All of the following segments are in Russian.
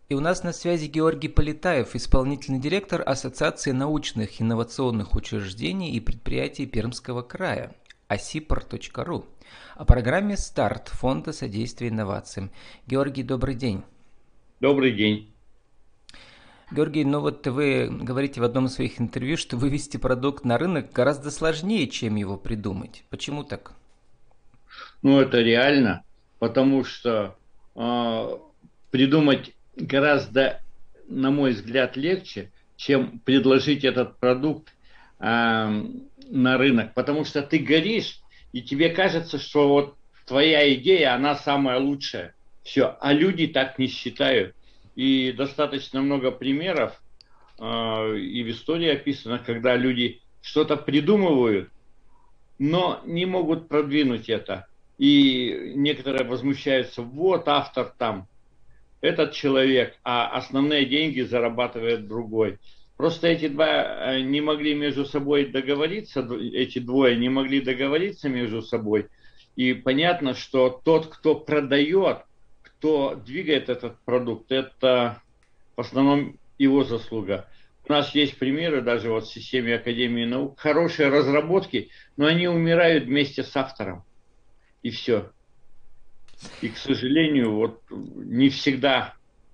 И у нас на связи Георгий Полетаев, исполнительный директор Ассоциации научных инновационных учреждений и предприятий Пермского края, asipr.ru, о программе «Старт» Фонда содействия инновациям. Георгий, добрый день. Добрый день. Георгий, ну вот вы говорите в одном из своих интервью, что вывести продукт на рынок гораздо сложнее, чем его придумать. Почему так? Ну, это реально, потому что придумать гораздо, на мой взгляд, легче, чем предложить этот продукт на рынок. Потому что ты горишь, и тебе кажется, что вот твоя идея, она самая лучшая. Все. А люди так не считают. И достаточно много примеров, и в истории описано, когда люди что-то придумывают, но не могут продвинуть это. И некоторые возмущаются, вот автор там, этот человек, а основные деньги зарабатывает другой. Просто эти два не могли между собой договориться, эти двое не могли договориться между собой. И понятно, что тот, кто продает, кто двигает этот продукт, это в основном его заслуга. У нас есть примеры даже вот в системе Академии наук, хорошие разработки, но они умирают вместе с автором. И все. И, к сожалению, вот не всегда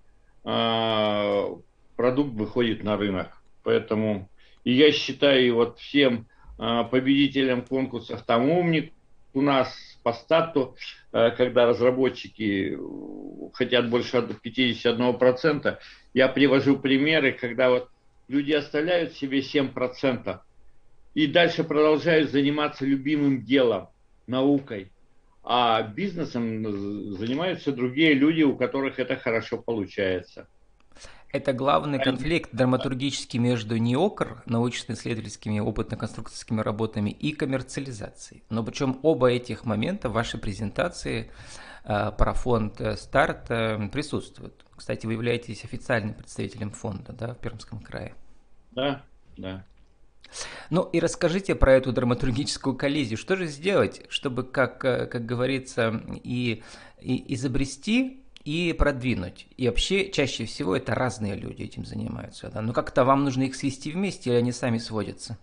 продукт выходит на рынок. Поэтому и я считаю вот всем победителям конкурсов, там умник у нас по старту, когда разработчики хотят больше 51%, я привожу примеры, когда вот люди оставляют себе 7% и дальше продолжают заниматься любимым делом, наукой. А бизнесом занимаются другие люди, у которых это хорошо получается. Это главный конфликт драматургический между НИОКР, научно-исследовательскими опытно-конструкторскими работами, и коммерциализацией. Но причем оба этих момента в вашей презентации про фонд «Старт» присутствуют. Кстати, вы являетесь официальным представителем фонда, да, в Пермском крае. Да, да. Ну и расскажите про эту драматургическую коллизию. Что же сделать, чтобы, как говорится, и изобрести, и продвинуть? И вообще, чаще всего это разные люди этим занимаются. Да? Но как-то вам нужно их свести вместе, или они сами сводятся?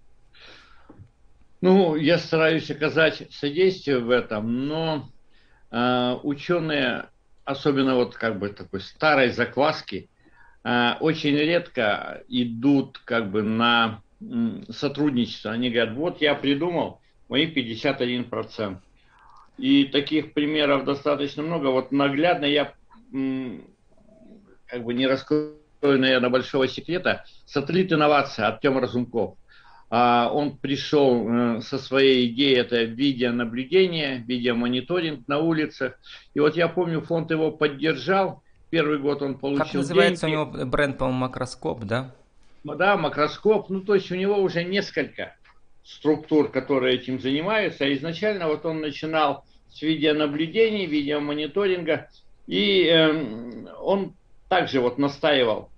Ну, я стараюсь оказать содействие в этом, но ученые, особенно вот как бы такой старой закваски, очень редко идут как бы на сотрудничество. Они говорят, вот я придумал, мои 51%. И таких примеров достаточно много. Вот наглядно я как бы не раскрою, наверное, большого секрета. Сателлит инновации Артем Разумков. Он пришел со своей идеей, это видеонаблюдение, видеомониторинг на улицах. И вот я помню, фонд его поддержал. Первый год он Как получил называется у деньги. него бренд, по-моему, «Макроскоп», да? Да, макроскоп. Ну, то есть у него уже несколько структур, которые этим занимаются. А изначально вот он начинал с видеонаблюдений, видеомониторинга. И он также вот настаивал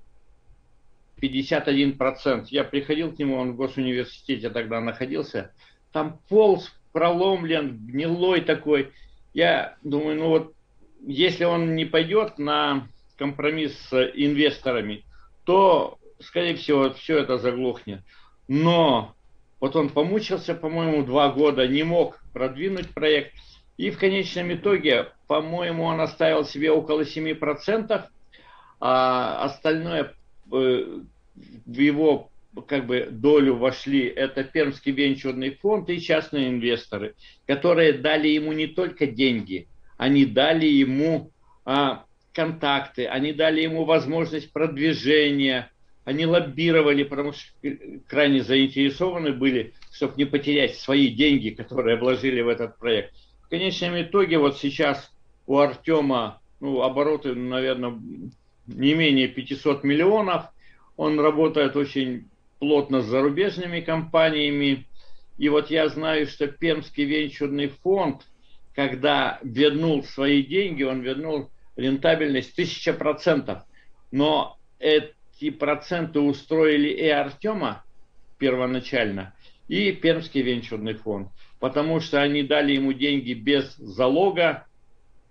51%. Я приходил к нему, он в госуниверситете тогда находился. Там пол проломлен, гнилой такой. Я думаю, ну вот, если он не пойдет на компромисс с инвесторами, то, скорее всего, все это заглохнет. Но вот он помучился, по-моему, 2 года, не мог продвинуть проект. И в конечном итоге, по-моему, он оставил себе около 7%, а остальное в его как бы долю вошли это Пермский венчурный фонд и частные инвесторы, которые дали ему не только деньги, они дали ему контакты, они дали ему возможность продвижения, они лоббировали, потому что крайне заинтересованы были, чтобы не потерять свои деньги, которые вложили в этот проект. В конечном итоге вот сейчас у Артема обороты, наверное, не менее 500 миллионов. Он работает очень плотно с зарубежными компаниями. И вот я знаю, что Пермский венчурный фонд, когда вернул свои деньги, он вернул рентабельность 1000%. Но эти проценты устроили и Артема первоначально, и Пермский венчурный фонд. Потому что они дали ему деньги без залога,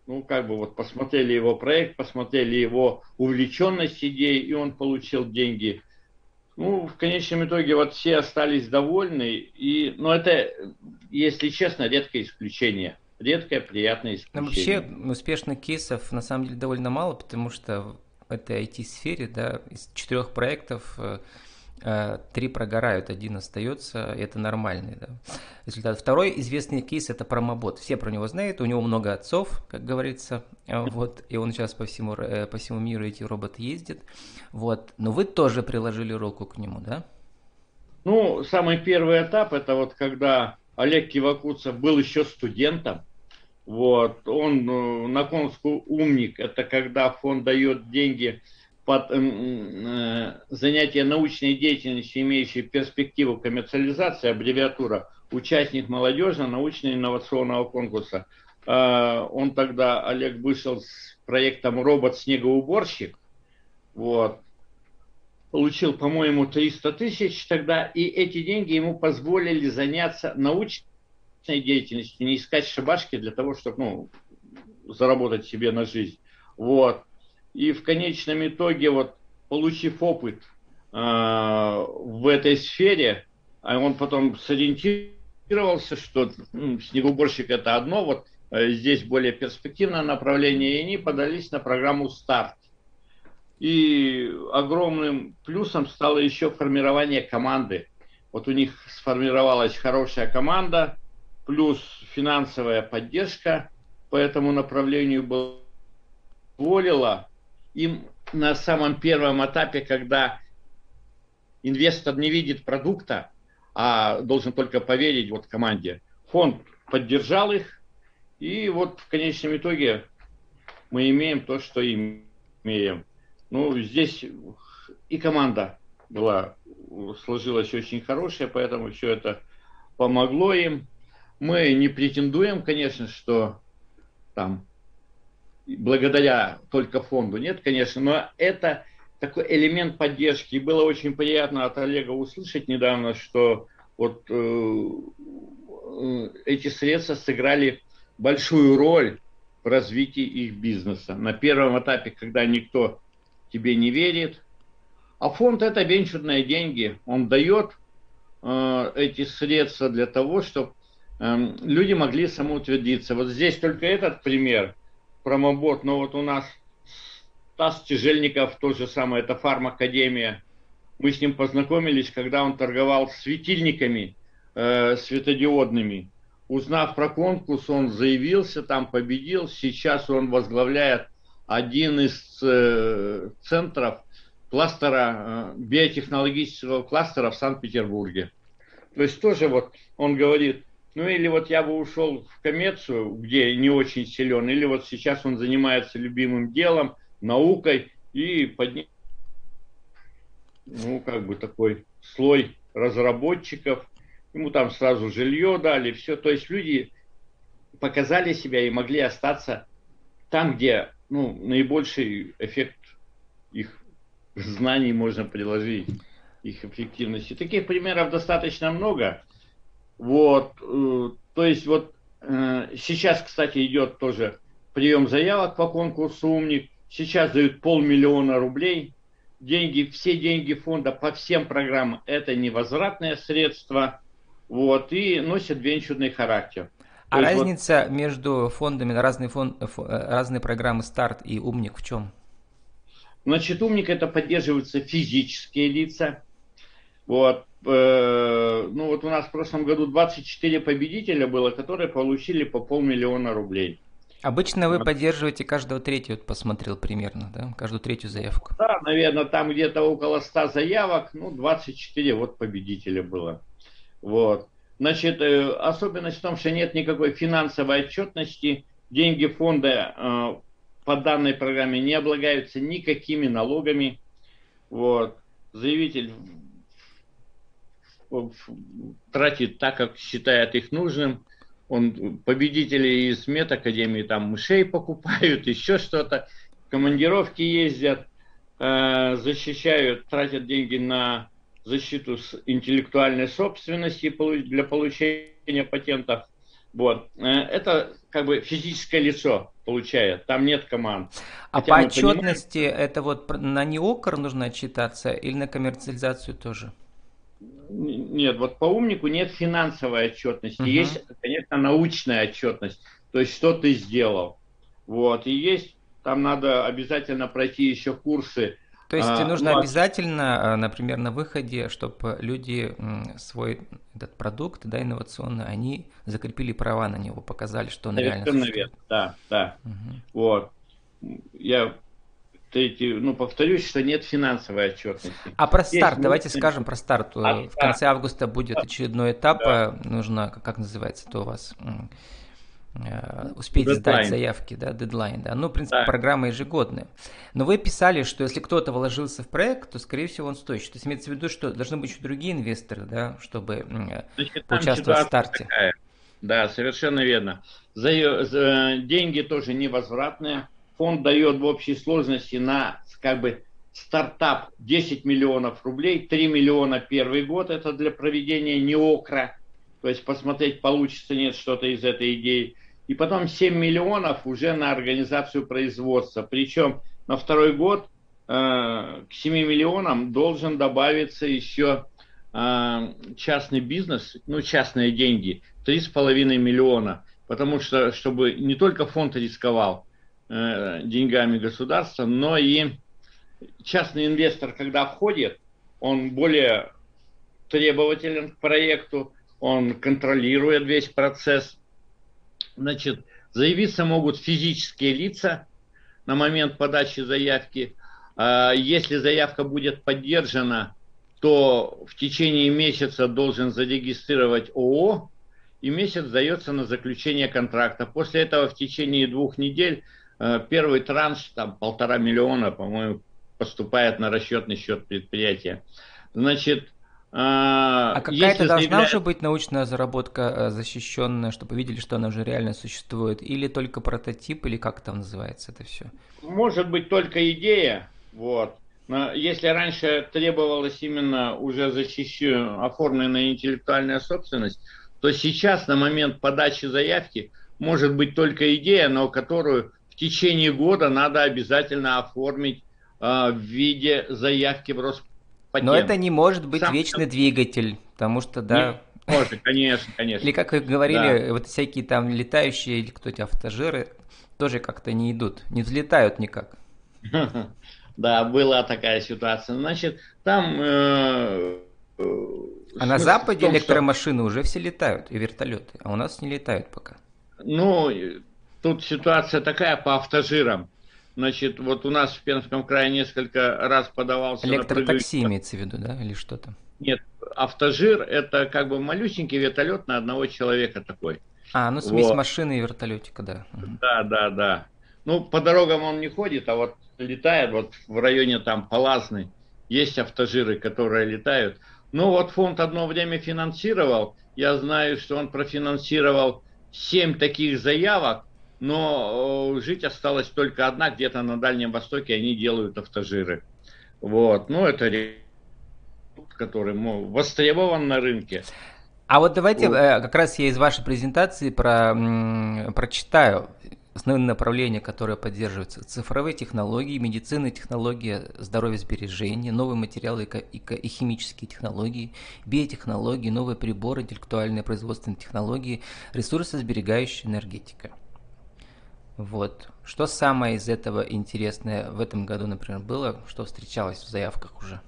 ну, как бы вот посмотрели его проект, посмотрели его увлеченность идеей, и он получил деньги. Ну, в конечном итоге вот все остались довольны, и, но это, если честно, редкое исключение. Редкое, приятное Но вообще исключение. успешных кейсов на самом деле довольно мало, потому что в этой IT-сфере, да, из 4 проектов 3 прогорают, один остается, и это нормальный, да, результат. Второй известный кейс – это Промобот. Все про него знают, у него много отцов, как говорится, вот, и он сейчас по всему миру эти роботы ездит, вот. Но вы тоже приложили руку к нему, да? Ну, самый первый этап, это вот когда Олег Кивакуцев был еще студентом, вот, он на конкурсу «Умник», это когда фонд дает деньги под занятие научной деятельностью, имеющей перспективу коммерциализации, аббревиатура «Участник молодежного научно-инновационного конкурса». Он тогда, Олег, вышел с проектом «Робот-снегоуборщик», вот, получил, по-моему, 300 тысяч тогда, и эти деньги ему позволили заняться научной деятельностью, не искать шибашки для того, чтобы, ну, заработать себе на жизнь. Вот. И в конечном итоге, вот, получив опыт в этой сфере, а он потом сориентировался, что снегоуборщик это одно, вот здесь более перспективное направление, и они подались на программу «Старт». И огромным плюсом стало еще формирование команды. Вот у них сформировалась хорошая команда, плюс финансовая поддержка по этому направлению позволила им на самом первом этапе, когда инвестор не видит продукта, а должен только поверить вот команде, фонд поддержал их, и вот в конечном итоге мы имеем то, что имеем. Ну, здесь и команда сложилась очень хорошая, поэтому все это помогло им. Мы не претендуем, конечно, что там благодаря только фонду, нет, конечно, но это такой элемент поддержки. И было очень приятно от Олега услышать недавно, что вот эти средства сыграли большую роль в развитии их бизнеса. На первом этапе, когда никто тебе не верит, а фонд это венчурные деньги, он дает эти средства для того, чтобы люди могли самоутвердиться. Вот здесь только этот пример, Промобот, но вот у нас Стас Тяжельников, то же самое, это фармакадемия. Мы с ним познакомились, когда он торговал светильниками светодиодными. Узнав про конкурс, он заявился, там победил. Сейчас он возглавляет один из центров кластера, биотехнологического кластера в Санкт-Петербурге. То есть тоже вот он говорит, ну или вот я бы ушел в коммерцию, где не очень силен, или вот сейчас он занимается любимым делом, наукой, и поднял, ну, как бы такой слой разработчиков, ему там сразу жилье дали, все. То есть люди показали себя и могли остаться там, где, ну, наибольший эффект их знаний можно приложить, их эффективности. Таких примеров достаточно много. Вот, то есть вот сейчас, кстати, идет тоже прием заявок по конкурсу «Умник». Сейчас дают 500 000 рублей. Деньги, все деньги фонда по всем программам это невозвратные средства. Вот, и носят венчурный характер. А То есть вот, разница между фондами на разные программы «Старт» и «Умник» в чем? значит, «Умник» это поддерживаются физические лица. Вот, ну вот у нас в прошлом году 24 победителя было, которые получили по 500 000 рублей. Обычно вы поддерживаете каждого третьего, посмотрел примерно, да? Каждую третью заявку. Да, наверное, там где-то около 100 заявок, ну 24 вот победителя было. Вот. Значит, особенность в том, что нет никакой финансовой отчетности, деньги фонда по данной программе не облагаются никакими налогами. Вот. Заявитель тратит так, как считает их нужным. Он, победители из медакадемии там мышей покупают, еще что-то, командировки ездят, защищают, тратят деньги на защиту интеллектуальной собственности для получения патентов. Вот. Это как бы физическое лицо. получает, там нет команд. А Хотя по мы понимаем, отчетности это вот на НИОКР нужно отчитаться или на коммерциализацию тоже? нет, вот по умнику нет финансовой отчетности, Угу. есть, конечно, научная отчетность, то есть что ты сделал. Вот, и есть, там надо обязательно пройти еще курсы. То есть нужно Ну, обязательно, например, на выходе, чтобы люди свой этот продукт, да, инновационный, они закрепили права на него, показали, что он реально совершенно существует. верно, да, да. Мгм. Вот. Я ну, повторюсь, что нет финансовой отчетности. А про Есть старт, давайте научная. скажем про старт. В Да, конце августа будет очередной этап. да, Нужно, как называется это у вас? Успейте сдать дедлайн. заявки, да, дедлайн, да. Ну, в принципе, Да. программа ежегодная. Но вы писали, что если кто-то вложился в проект, то, скорее всего, он стоящий. То есть имеется в виду, что должны быть еще другие инвесторы, да, чтобы Значит, там поучаствовать в ситуация старте. такая. Да, совершенно верно. Деньги тоже невозвратные. Фонд дает в общей сложности на как бы стартап 10 миллионов рублей, 3 миллиона первый год, это для проведения НИОКРа, то есть посмотреть, получится нет что-то из этой идеи. И потом 7 миллионов уже на организацию производства. Причем на второй год к 7 миллионам должен добавиться еще частный бизнес, ну, частные деньги, 3,5 миллиона. Потому что, чтобы не только фонд рисковал деньгами государства, но и частный инвестор, когда входит, он более требователен к проекту, он контролирует весь процесс. Значит, заявиться могут физические лица на момент подачи заявки. Если заявка будет поддержана, то в течение месяца должен зарегистрировать ООО, и месяц дается на заключение контракта. После этого в течение 2 недель первый транш, там 1,5 миллиона, по-моему, поступает на расчетный счет предприятия. Значит, А какая-то если должна уже заявляет... быть научная разработка защищенная, чтобы видели, что она уже реально существует, или только прототип, или как там называется это все? Может быть только идея, вот. Но если раньше требовалась именно уже оформленная интеллектуальная собственность, то сейчас на момент подачи заявки может быть только идея, но которую в течение года надо обязательно оформить в виде заявки в Но это Роспатент. не может быть Сам вечный двигатель, потому что, не да, может, конечно, или конечно. как вы Да. говорили, вот всякие там летающие или кто-то автожиры тоже как-то не идут, не взлетают никак. Да, была такая ситуация. Значит, там э, А на смысл в Западе том, что, электромашины уже все летают, и вертолеты, а у нас не летают пока. ну, тут ситуация такая по автожирам. Значит, вот у нас в Пермском крае несколько раз подавался на прыгающий. Электротакси имеется в виду, да, или что-то? Нет, автожир это как бы малюсенький вертолет на одного человека такой. А, ну смесь Вот. машины и вертолетика, да. Мгм. Да, да, да. Ну, по дорогам он не ходит, а вот летает вот в районе там Палазны. Есть автожиры, которые летают. Ну, вот фонд одно время финансировал. Я знаю, что он профинансировал 7 таких заявок, но жить осталась только одна, где-то на Дальнем Востоке они делают автожиры. Вот, ну, это который востребован на рынке. А вот давайте Вот. как раз я из вашей презентации прочитаю основные направления, которые поддерживаются. Цифровые технологии, медицина, технологии здоровья сбережения, новые материалы и химические технологии, биотехнологии, новые приборы, интеллектуальные производственные технологии, ресурсосберегающая энергетика. Вот. Что самое из этого интересное в этом году, например, было, что встречалось в заявках уже?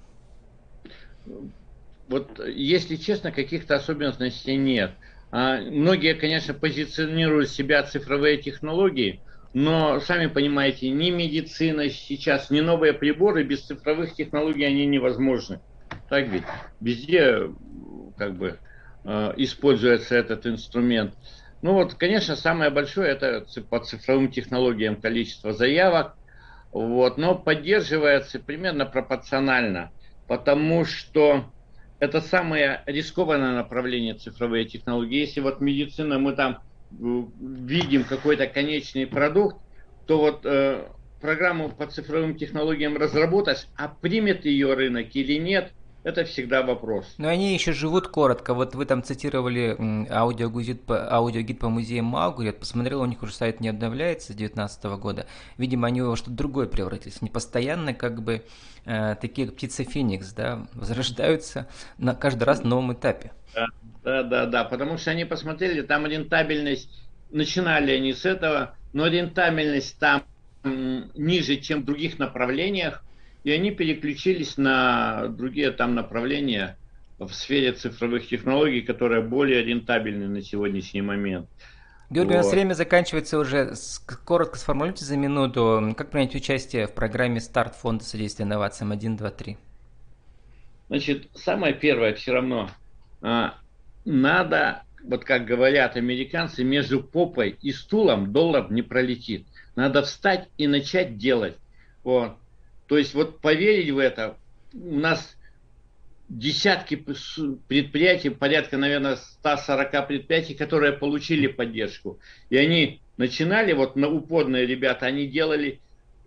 Вот, если честно, каких-то особенностей нет. Многие, конечно, позиционируют себя цифровые технологии, но, сами понимаете, ни медицина сейчас, ни новые приборы без цифровых технологий они невозможны. Так ведь? Везде как бы используется этот инструмент. Ну вот, конечно, самое большое это по цифровым технологиям количество заявок, вот, но поддерживается примерно пропорционально, потому что это самое рискованное направление цифровые технологии. Если вот медицина, мы там видим какой-то конечный продукт, то вот программу по цифровым технологиям разработать, а примет ее рынок или нет, это всегда вопрос. Но они еще живут коротко. Вот вы там цитировали аудиогид по музеям Маугли. Я посмотрел, у них уже сайт не обновляется с 2019 года. Видимо, они во что-то другое превратились. Они постоянно как бы такие как птица Феникс, да, возрождаются на каждый раз на новом этапе. Да, да, да, да, потому что они посмотрели, там рентабельность, начинали они с этого, но рентабельность там ниже, чем в других направлениях, и они переключились на другие там направления в сфере цифровых технологий, которые более рентабельны на сегодняшний момент. Георгий, у нас Вот. время заканчивается уже. Коротко сформулируйте за минуту, как принять участие в программе «Старт» Фонда содействия инновациям 1, 2, 3. Значит, самое первое все равно, надо, вот как говорят американцы, между попой и стулом доллар не пролетит. Надо встать и начать делать. Вот. То есть вот поверить в это, у нас десятки предприятий, порядка, наверное, 140 предприятий, которые получили поддержку. И они начинали, вот упорные ребята, они делали,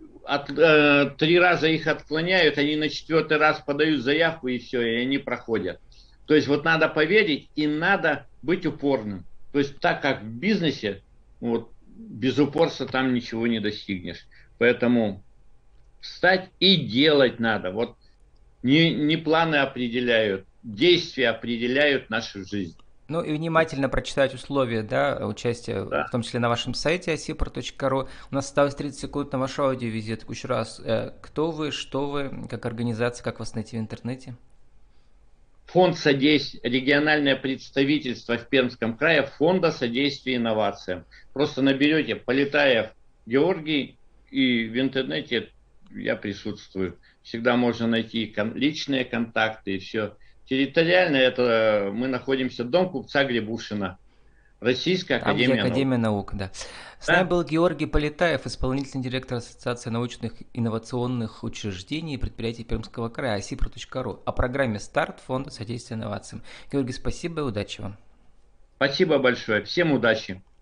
3 раза их отклоняют, они на 4-й раз подают заявку, и все, и они проходят. То есть вот надо поверить и надо быть упорным. То есть так как в бизнесе, вот, без упорства там ничего не достигнешь. Поэтому встать и делать надо. Вот не планы определяют, действия определяют нашу жизнь. Ну и внимательно прочитать условия, да, участия, Да. в том числе на вашем сайте asipr.ru. У нас осталось 30 секунд на вашу аудиовизитку. Еще раз, кто вы, что вы, как организация, как вас найти в интернете? Фонд содействия, региональное представительство в Пермском крае Фонда содействия инновациям. Просто наберете Полетаев Георгий, и в интернете я присутствую. Всегда можно найти личные контакты и все. Территориально это мы находимся дом купца Гребушина, Российская Там, где академия наук. Академия наук, да. С нами Да? был Георгий Полетаев, исполнительный директор Ассоциации научных инновационных учреждений и предприятий Пермского края, asipr.ru, о программе «Старт» Фонда содействия инновациям. Георгий, спасибо и удачи вам. Спасибо большое. Всем удачи.